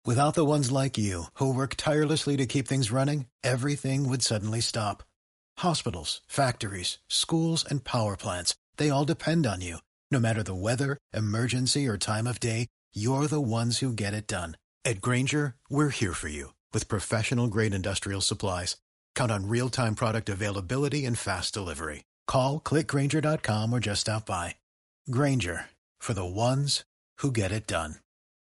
Without the ones like you, who work tirelessly to keep things running, everything would suddenly stop. Hospitals, factories, schools, and power plants, they all depend on you. No matter the weather, emergency, or time of day, you're the ones who get it done. At Grainger, we're here for you with professional-grade industrial supplies. Count on real-time product availability and fast delivery. Call, click Grainger.com, or just stop by. Grainger, for the ones who get it done.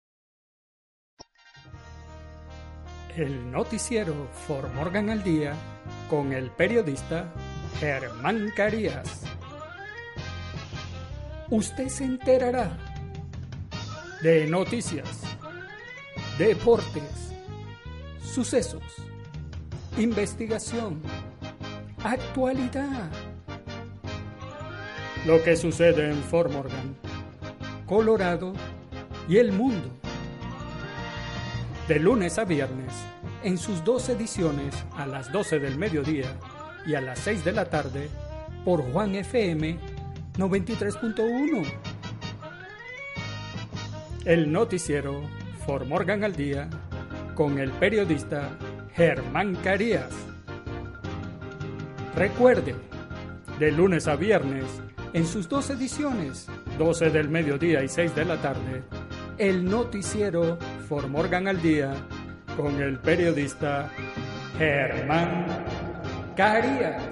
El noticiero For Morgan al Día con el periodista Germán Carías. Usted se enterará de noticias, deportes, sucesos, investigación, actualidad. Lo que sucede en Fort Morgan, Colorado y el mundo. De lunes a viernes, en sus 2 ediciones a las 12 del mediodía y a las 6 de la tarde, por Juan FM 93.1. El noticiero For Morgan al Día con el periodista Germán Carías. Recuerde, de lunes a viernes, en sus 2 ediciones, 12 del mediodía y 6 de la tarde, el noticiero For Morgan al Día con el periodista Germán Carías.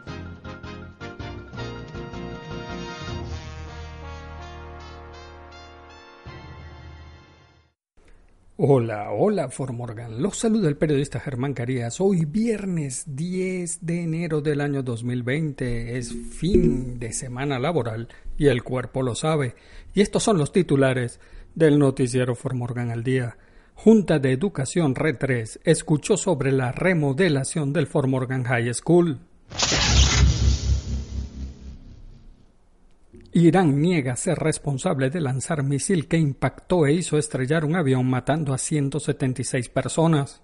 Hola For Morgan, los saluda el periodista Germán Carías. Hoy viernes 10 de enero del año 2020, es fin de semana laboral y el cuerpo lo sabe. Y estos son los titulares del noticiero For Morgan al Día. Junta de Educación Red 3 escuchó sobre la remodelación del Fort Morgan High School. Irán niega ser responsable de lanzar misil que impactó e hizo estrellar un avión matando a 176 personas.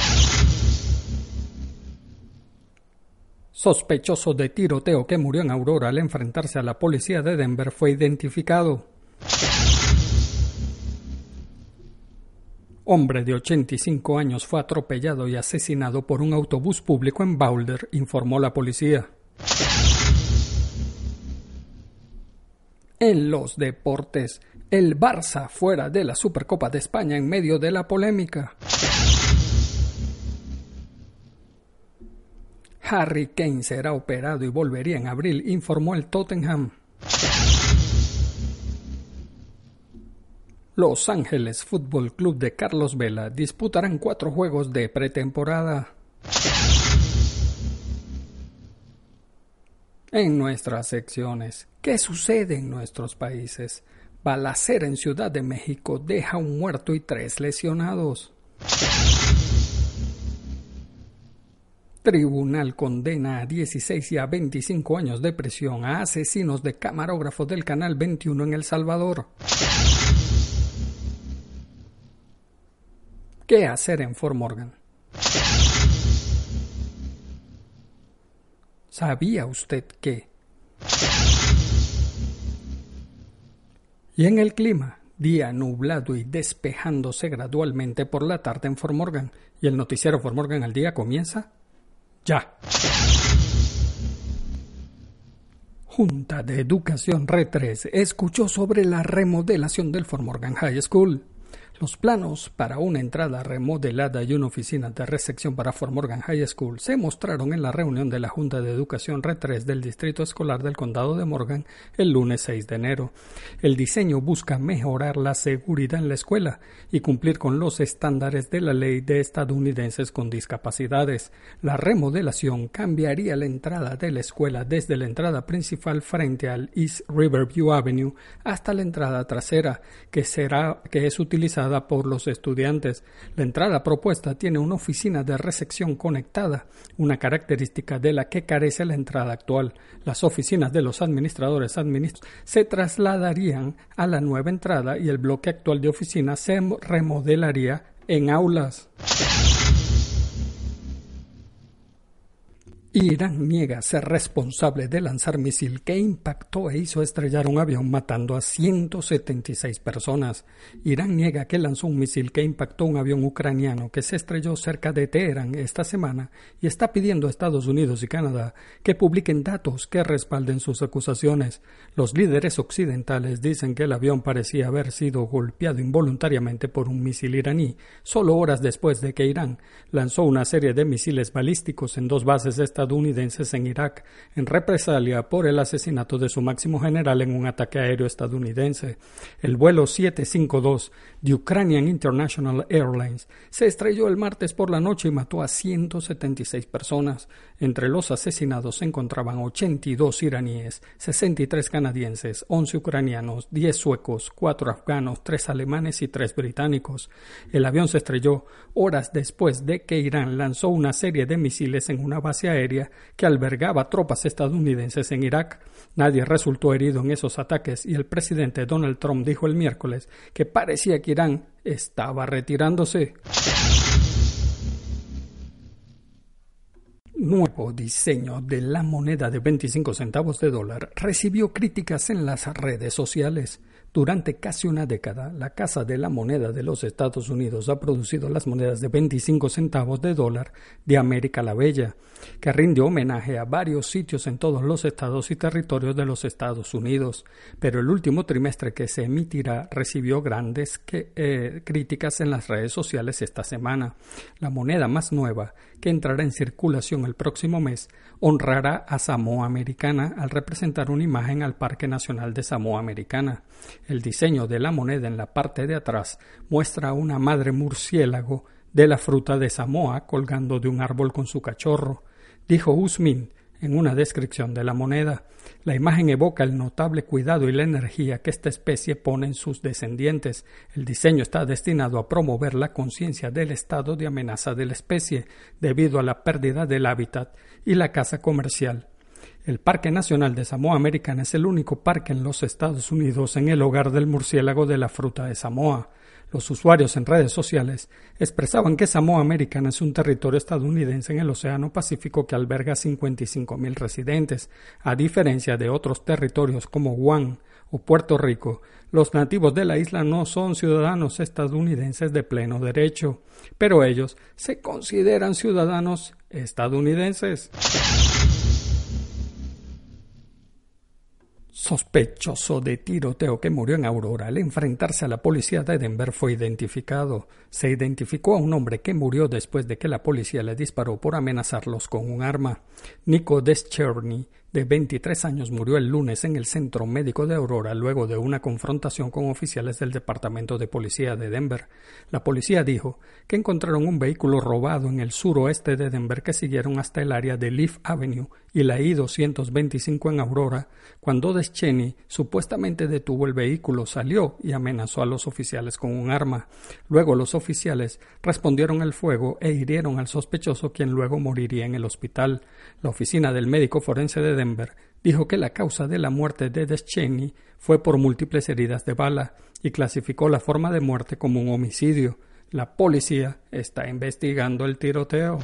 Sospechoso de tiroteo que murió en Aurora al enfrentarse a la policía de Denver fue identificado. Hombre de 85 años fue atropellado y asesinado por un autobús público en Boulder, informó la policía. En los deportes, el Barça fuera de la Supercopa de España en medio de la polémica. Harry Kane será operado y volvería en abril, informó el Tottenham. Los Ángeles Fútbol Club de Carlos Vela disputarán 4 juegos de pretemporada. En nuestras secciones, ¿qué sucede en nuestros países? Balacera en Ciudad de México deja un muerto y 3 lesionados. Tribunal condena a 16 y a 25 años de prisión a asesinos de camarógrafos del Canal 21 en El Salvador. ¿Qué hacer en Fort Morgan? ¿Sabía usted que? Y en el clima, día nublado y despejándose gradualmente por la tarde en Fort Morgan. Y el noticiero Fort Morgan al Día comienza ya. Junta de Educación Red 3 escuchó sobre la remodelación del Fort Morgan High School. Los planos para una entrada remodelada y una oficina de recepción para Fort Morgan High School se mostraron en la reunión de la Junta de Educación Red 3 del Distrito Escolar del Condado de Morgan el lunes 6 de enero. El diseño busca mejorar la seguridad en la escuela y cumplir con los estándares de la ley de estadounidenses con discapacidades. La remodelación cambiaría la entrada de la escuela desde la entrada principal frente al East Riverview Avenue hasta la entrada trasera, que es utilizada por los estudiantes. La entrada propuesta tiene una oficina de recepción conectada, una característica de la que carece la entrada actual. Las oficinas de los administradores se trasladarían a la nueva entrada y el bloque actual de oficinas se remodelaría en aulas. Irán niega ser responsable de lanzar misil que impactó e hizo estrellar un avión matando a 176 personas. Irán niega que lanzó un misil que impactó un avión ucraniano que se estrelló cerca de Teherán esta semana y está pidiendo a Estados Unidos y Canadá que publiquen datos que respalden sus acusaciones. Los líderes occidentales dicen que el avión parecía haber sido golpeado involuntariamente por un misil iraní, solo horas después de que Irán lanzó una serie de misiles balísticos en dos bases estadounidenses en Irak, en represalia por el asesinato de su máximo general en un ataque aéreo estadounidense. El vuelo 752 de Ukrainian International Airlines se estrelló el martes por la noche y mató a 176 personas. Entre los asesinados se encontraban 82 iraníes, 63 canadienses, 11 ucranianos, 10 suecos, 4 afganos, 3 alemanes y 3 británicos. El avión se estrelló horas después de que Irán lanzó una serie de misiles en una base aérea que albergaba tropas estadounidenses en Irak. Nadie resultó herido en esos ataques y el presidente Donald Trump dijo el miércoles que parecía que Irán estaba retirándose. Nuevo diseño de la moneda de 25 centavos de dólar recibió críticas en las redes sociales. Durante casi una década, la Casa de la Moneda de los Estados Unidos ha producido las monedas de 25 centavos de dólar de América la Bella, que rinde homenaje a varios sitios en todos los estados y territorios de los Estados Unidos. Pero el último trimestre que se emitirá recibió grandes críticas en las redes sociales esta semana. La moneda más nueva, que entrará en circulación el próximo mes, honrará a Samoa Americana al representar una imagen al Parque Nacional de Samoa Americana. El diseño de la moneda en la parte de atrás muestra a una madre murciélago de la fruta de Samoa colgando de un árbol con su cachorro. Dijo Usmin en una descripción de la moneda: la imagen evoca el notable cuidado y la energía que esta especie pone en sus descendientes. El diseño está destinado a promover la conciencia del estado de amenaza de la especie debido a la pérdida del hábitat y la caza comercial. El Parque Nacional de Samoa Americana es el único parque en los Estados Unidos en el hogar del murciélago de la fruta de Samoa. Los usuarios en redes sociales expresaban que Samoa Americana es un territorio estadounidense en el Océano Pacífico que alberga 55,000 residentes. A diferencia de otros territorios como Guam o Puerto Rico, los nativos de la isla no son ciudadanos estadounidenses de pleno derecho, pero ellos se consideran ciudadanos estadounidenses. Sospechoso de tiroteo que murió en Aurora al enfrentarse a la policía de Denver fue identificado. Se identificó a un hombre que murió después de que la policía le disparó por amenazarlos con un arma. Nico Descherney, de 23 años, murió el lunes en el Centro Médico de Aurora luego de una confrontación con oficiales del Departamento de Policía de Denver. La policía dijo que encontraron un vehículo robado en el suroeste de Denver que siguieron hasta el área de Leaf Avenue y la I-225 en Aurora. Cuando Descherney supuestamente detuvo el vehículo, salió y amenazó a los oficiales con un arma. Luego los oficiales respondieron al fuego e hirieron al sospechoso, quien luego moriría en el hospital. La oficina del médico forense de Denver dijo que la causa de la muerte de Descherney fue por múltiples heridas de bala y clasificó la forma de muerte como un homicidio. La policía está investigando el tiroteo.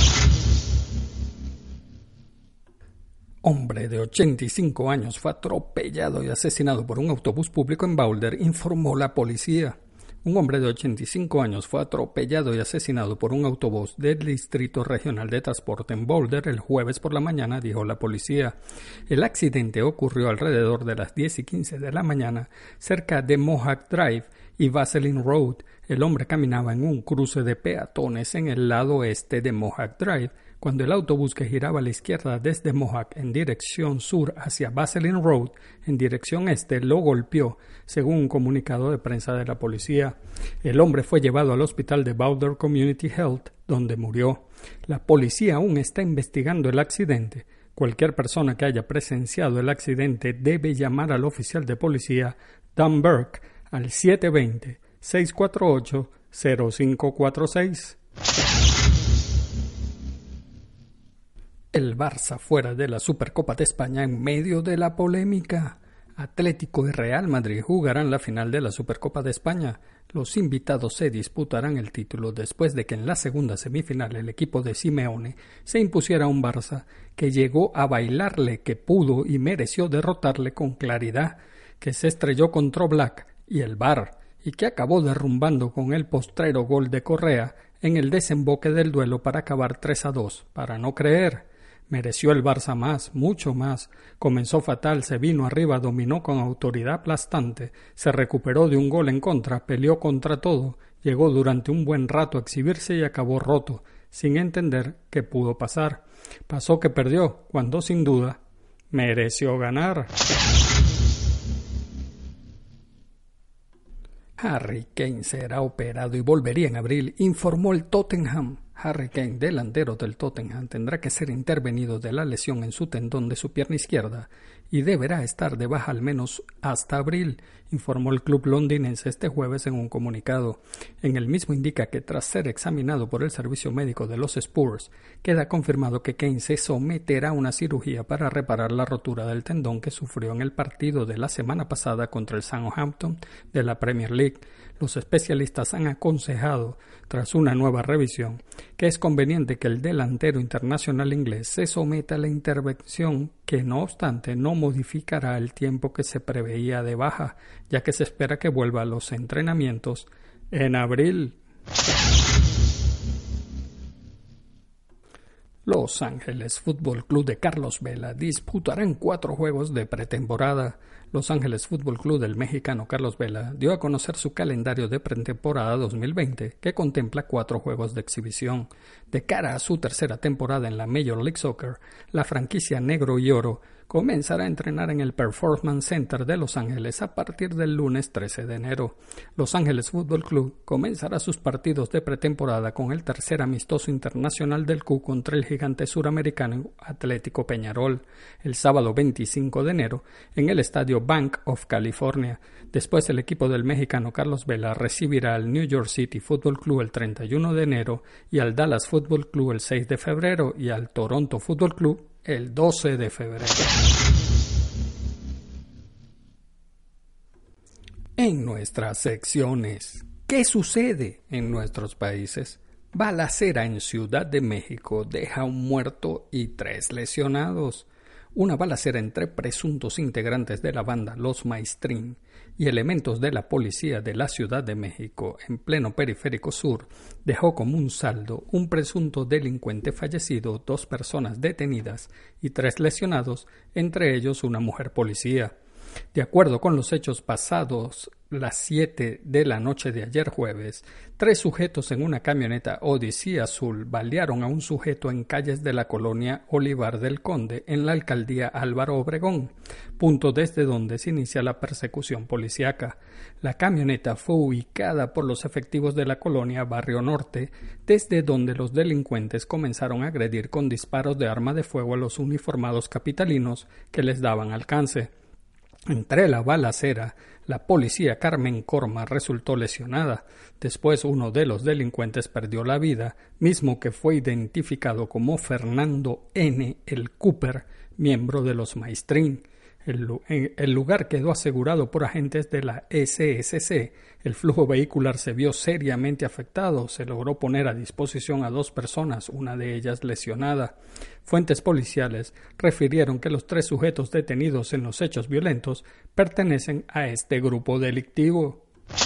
Hombre de 85 años fue atropellado y asesinado por un autobús público en Boulder, informó la policía. Un hombre de 85 años fue atropellado y asesinado por un autobús del Distrito Regional de Transporte en Boulder el jueves por la mañana, dijo la policía. El accidente ocurrió alrededor de las 10:15 de la mañana cerca de Mohawk Drive y Vaseline Road. El hombre caminaba en un cruce de peatones en el lado este de Mohawk Drive cuando el autobús, que giraba a la izquierda desde Mohawk en dirección sur hacia Vaseline Road en dirección este, lo golpeó, según un comunicado de prensa de la policía. El hombre fue llevado al hospital de Boulder Community Health, donde murió. La policía aún está investigando el accidente. Cualquier persona que haya presenciado el accidente debe llamar al oficial de policía Dan Burke al 720-648-0546. El Barça fuera de la Supercopa de España en medio de la polémica. Atlético y Real Madrid jugarán la final de la Supercopa de España. Los invitados se disputarán el título después de que en la segunda semifinal el equipo de Simeone se impusiera a un Barça que llegó a bailarle, que pudo y mereció derrotarle con claridad, que se estrelló contra Black y el VAR y que acabó derrumbando con el postrero gol de Correa en el desemboque del duelo para acabar 3-2, para no creer. Mereció el Barça más, mucho más. Comenzó fatal, se vino arriba, dominó con autoridad aplastante, se recuperó de un gol en contra, peleó contra todo, llegó durante un buen rato a exhibirse y acabó roto, sin entender qué pudo pasar. Pasó que perdió, cuando sin duda mereció ganar. Harry Kane será operado y volvería en abril, informó el Tottenham. Harry Kane, delantero del Tottenham, tendrá que ser intervenido de la lesión en su tendón de su pierna izquierda y deberá estar de baja al menos hasta abril, informó el club londinense este jueves en un comunicado. En el mismo indica que tras ser examinado por el servicio médico de los Spurs, queda confirmado que Kane se someterá a una cirugía para reparar la rotura del tendón que sufrió en el partido de la semana pasada contra el Southampton de la Premier League. Los especialistas han aconsejado, tras una nueva revisión, que es conveniente que el delantero internacional inglés se someta a la intervención que, no obstante, no modificará el tiempo que se preveía de baja, ya que se espera que vuelva a los entrenamientos en abril. Los Ángeles Fútbol Club de Carlos Vela disputarán 4 juegos de pretemporada. Los Ángeles Fútbol Club del mexicano Carlos Vela dio a conocer su calendario de pretemporada 2020, que contempla 4 juegos de exhibición. De cara a su tercera temporada en la Major League Soccer, la franquicia negro y oro comenzará a entrenar en el Performance Center de Los Ángeles a partir del lunes 13 de enero. Los Ángeles Fútbol Club comenzará sus partidos de pretemporada con el tercer amistoso internacional del Q contra el gigante suramericano Atlético Peñarol, el sábado 25 de enero en el estadio Bank of California. Después el equipo del mexicano Carlos Vela recibirá al New York City Football Club el 31 de enero y al Dallas Football Club el 6 de febrero y al Toronto Football Club el 12 de febrero. En nuestras secciones, ¿qué sucede en nuestros países? Balacera en Ciudad de México deja un muerto y 3 lesionados. Una balacera entre presuntos integrantes de la banda Los Maestrín y elementos de la policía de la Ciudad de México en pleno periférico sur dejó como un saldo un presunto delincuente fallecido, 2 personas detenidas y 3 lesionados, entre ellos una mujer policía. De acuerdo con los hechos pasados las 7 de la noche de ayer jueves, 3 sujetos en una camioneta Odyssey azul balearon a un sujeto en calles de la colonia Olivar del Conde en la alcaldía Álvaro Obregón, punto desde donde se inicia la persecución policíaca. La camioneta fue ubicada por los efectivos de la colonia Barrio Norte, desde donde los delincuentes comenzaron a agredir con disparos de arma de fuego a los uniformados capitalinos que les daban alcance. Entre la balacera, la policía Carmen Corma resultó lesionada. Después uno de los delincuentes perdió la vida, mismo que fue identificado como Fernando N. el Cooper, miembro de los Maestrín. El lugar quedó asegurado por agentes de la SSC. El flujo vehicular se vio seriamente afectado. Se logró poner a disposición a 2 personas, una de ellas lesionada. Fuentes policiales refirieron que los 3 sujetos detenidos en los hechos violentos pertenecen a este grupo delictivo.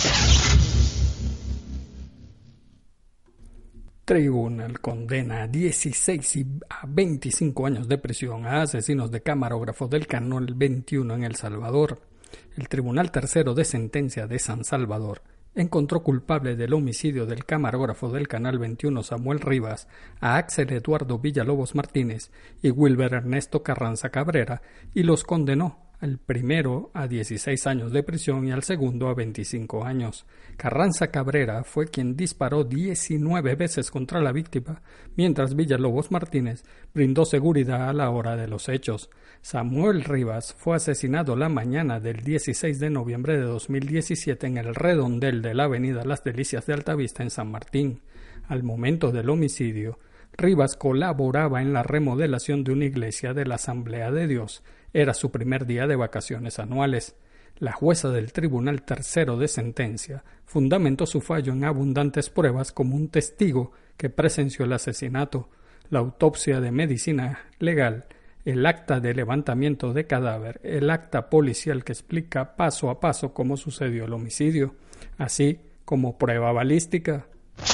Tribunal condena a 16 y a 25 años de prisión a asesinos de camarógrafo del Canal 21 en El Salvador. El Tribunal Tercero de Sentencia de San Salvador encontró culpable del homicidio del camarógrafo del Canal 21 Samuel Rivas a Axel Eduardo Villalobos Martínez y Wilber Ernesto Carranza Cabrera y los condenó al primero a 16 años de prisión y al segundo a 25 años. Carranza Cabrera fue quien disparó 19 veces contra la víctima, mientras Villalobos Martínez brindó seguridad a la hora de los hechos. Samuel Rivas fue asesinado la mañana del 16 de noviembre de 2017 en el redondel de la avenida Las Delicias de Altavista en San Martín. Al momento del homicidio, Rivas colaboraba en la remodelación de una iglesia de la Asamblea de Dios. Era su primer día de vacaciones anuales. La jueza del Tribunal Tercero de Sentencia fundamentó su fallo en abundantes pruebas como un testigo que presenció el asesinato, la autopsia de medicina legal, el acta de levantamiento de cadáver, el acta policial que explica paso a paso cómo sucedió el homicidio, así como prueba balística.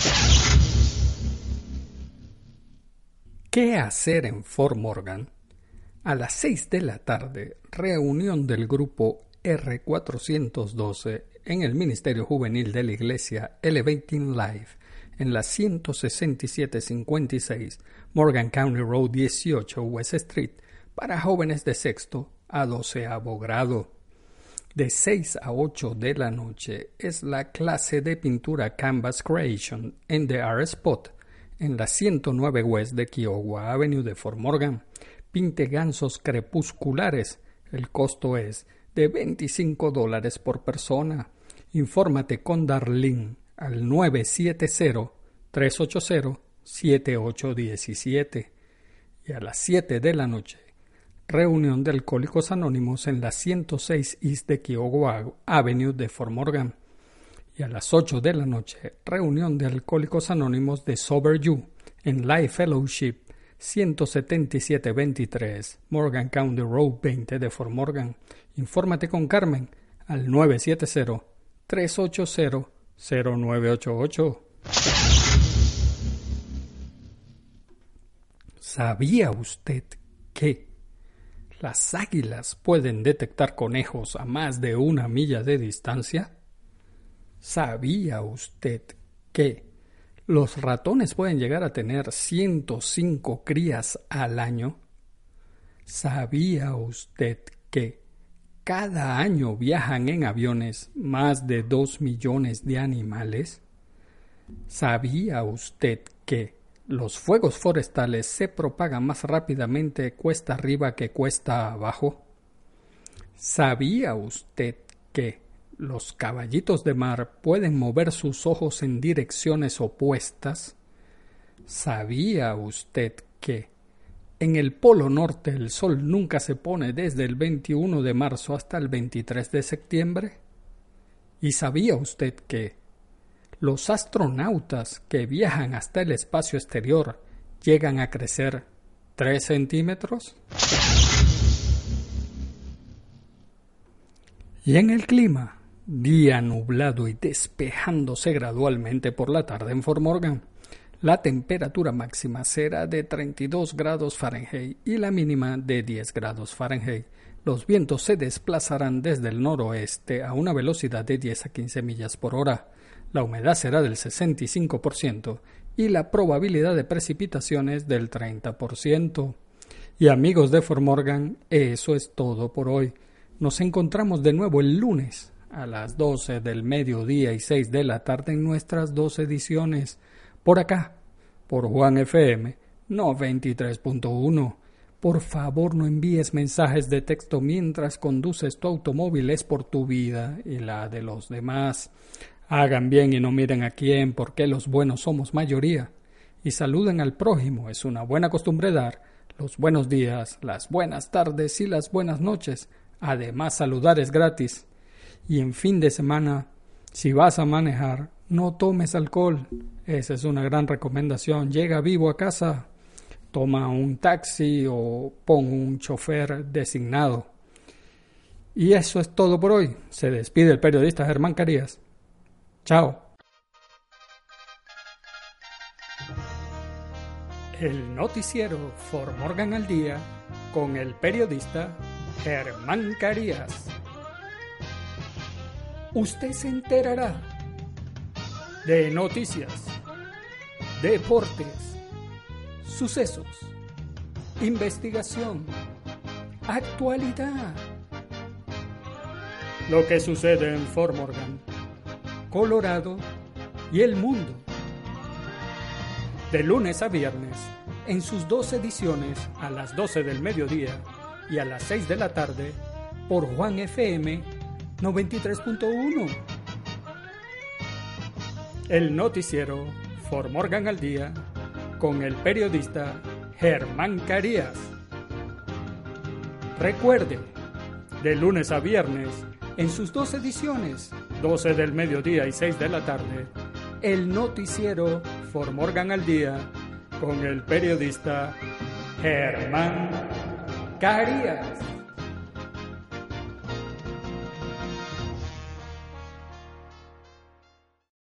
¿Qué hacer en Fort Morgan? A las 6 de la tarde, reunión del grupo R412 en el Ministerio Juvenil de la Iglesia Elevating Life en la 16756 Morgan County Road 18 West Street para jóvenes de sexto a 12º grado. De 6 a 8 de la noche es la clase de pintura Canvas Creation en The Art Spot en la 109 West de Kiowa Avenue de Fort Morgan. Pinte gansos crepusculares. El costo es de $25 por persona. Infórmate con Darlene al 970-380-7817. Y a las 7 de la noche, reunión de Alcohólicos Anónimos en la 106 East de Kiowa Avenue de Fort Morgan. Y a las 8 de la noche, reunión de Alcohólicos Anónimos de Sober You en Life Fellowship 17723 Morgan County Road 20 de Fort Morgan. Infórmate con Carmen al 970-380-0988. ¿Sabía usted que las águilas pueden detectar conejos a más de 1 milla de distancia? ¿Sabía usted que los ratones pueden llegar a tener 105 crías al año? ¿Sabía usted que cada año viajan en aviones más de 2 millones de animales? ¿Sabía usted que los fuegos forestales se propagan más rápidamente cuesta arriba que cuesta abajo? ¿Sabía usted que los caballitos de mar pueden mover sus ojos en direcciones opuestas? ¿Sabía usted que en el Polo Norte el sol nunca se pone desde el 21 de marzo hasta el 23 de septiembre? ¿Y sabía usted que los astronautas que viajan hasta el espacio exterior llegan a crecer 3 centímetros? Y en el clima, día nublado y despejándose gradualmente por la tarde en Fort Morgan. La temperatura máxima será de 32 grados Fahrenheit y la mínima de 10 grados Fahrenheit. Los vientos se desplazarán desde el noroeste a una velocidad de 10 a 15 millas por hora. La humedad será del 65% y la probabilidad de precipitaciones del 30%. Y amigos de Fort Morgan, eso es todo por hoy. Nos encontramos de nuevo el lunes a las 12 del mediodía y 6 de la tarde en nuestras 2 ediciones, por acá, por Juan FM 93.1. Por favor, no envíes mensajes de texto mientras conduces tu automóvil, es por tu vida y la de los demás. Hagan bien y no miren a quién, porque los buenos somos mayoría. Y saluden al prójimo, es una buena costumbre dar los buenos días, las buenas tardes y las buenas noches. Además, saludar es gratis. Y en fin de semana, si vas a manejar, no tomes alcohol. Esa es una gran recomendación. Llega vivo a casa, toma un taxi o pon un chofer designado. Y eso es todo por hoy. Se despide el periodista Germán Carías. Chao. El noticiero Fort Morgan al día con el periodista Germán Carías. Usted se enterará de noticias, deportes, sucesos, investigación, actualidad. Lo que sucede en Fort Morgan, Colorado y el mundo. De lunes a viernes, en sus 2 ediciones a las 12 del mediodía y a las 6 de la tarde, por Juan FM 93.1. El noticiero Fort Morgan al día con el periodista Germán Carías. Recuerde, de lunes a viernes, en sus dos ediciones, 12 del mediodía y 6 de la tarde, el noticiero Formorgan al Día con el periodista Germán Carías.